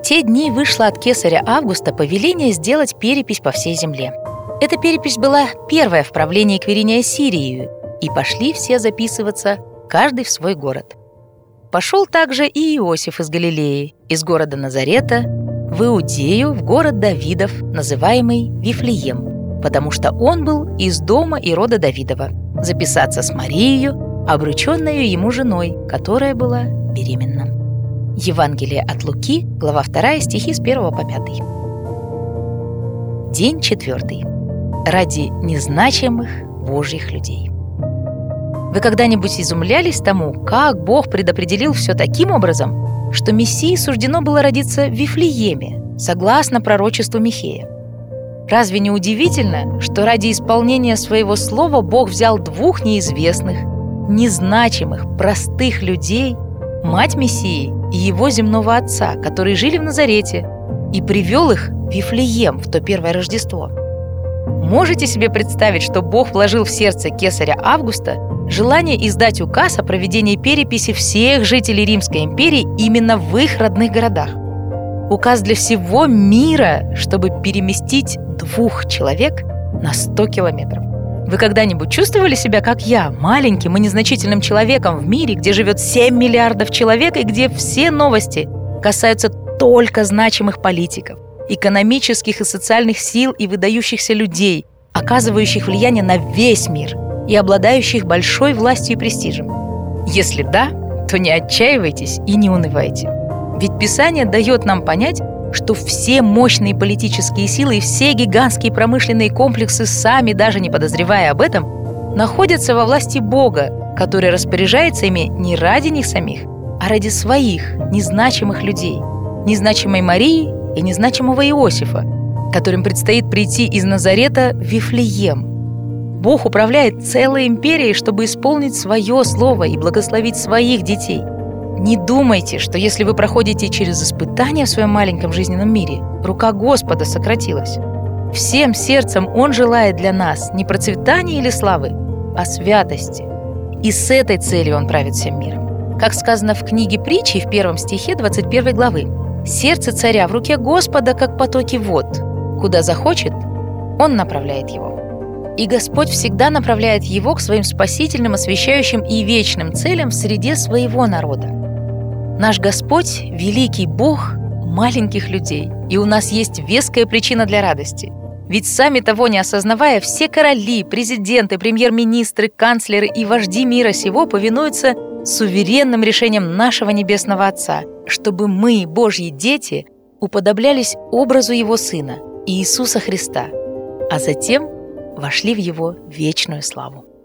те дни вышло от кесаря Августа повеление сделать перепись по всей земле. Эта перепись была первая в правлении Квириния Сирии, и пошли все записываться, каждый в свой город. Пошел также и Иосиф из Галилеи, из города Назарета, в Иудею, в город Давидов, называемый Вифлеем, потому что он был из дома и рода Давидова, записаться с Марией, обрученную ему женой, которая была беременна. Евангелие от Луки, глава 2, стихи с 1 по 5. День 4. Ради незначимых Божьих людей. Вы когда-нибудь изумлялись тому, как Бог предопределил все таким образом, что Мессии суждено было родиться в Вифлееме, согласно пророчеству Михея? Разве не удивительно, что ради исполнения своего слова Бог взял двух неизвестных, незначимых, простых людей, мать Мессии и его земного отца, которые жили в Назарете, и привел их в Вифлеем в то первое Рождество? Можете себе представить, что Бог вложил в сердце кесаря Августа желание издать указ о проведении переписи всех жителей Римской империи именно в их родных городах? Указ для всего мира, чтобы переместить двух человек на 100 километров. Вы когда-нибудь чувствовали себя, как я, маленьким и незначительным человеком в мире, где живет 7 миллиардов человек и где все новости касаются только значимых политиков, экономических и социальных сил и выдающихся людей, оказывающих влияние на весь мир и обладающих большой властью и престижем? Если да, то не отчаивайтесь и не унывайте. Ведь Писание дает нам понять, что все мощные политические силы и все гигантские промышленные комплексы, сами даже не подозревая об этом, находятся во власти Бога, который распоряжается ими не ради них самих, а ради своих незначимых людей, незначимой Марии и незначимого Иосифа, которым предстоит прийти из Назарета в Вифлеем. Бог управляет целой империей, чтобы исполнить свое слово и благословить своих детей. Не думайте, что если вы проходите через испытания в своем маленьком жизненном мире, рука Господа сократилась. Всем сердцем Он желает для нас не процветания или славы, а святости. И с этой целью Он правит всем миром. Как сказано в книге Притчи в 1 стихе 21 главы: «Сердце царя в руке Господа, как потоки вод. Куда захочет, Он направляет его». И Господь всегда направляет его к своим спасительным, освящающим и вечным целям в среде своего народа. Наш Господь – великий Бог маленьких людей, и у нас есть веская причина для радости. Ведь сами того не осознавая, все короли, президенты, премьер-министры, канцлеры и вожди мира сего повинуются суверенным решениям нашего Небесного Отца, чтобы мы, Божьи дети, уподоблялись образу Его Сына, Иисуса Христа, а затем вошли в Его вечную славу.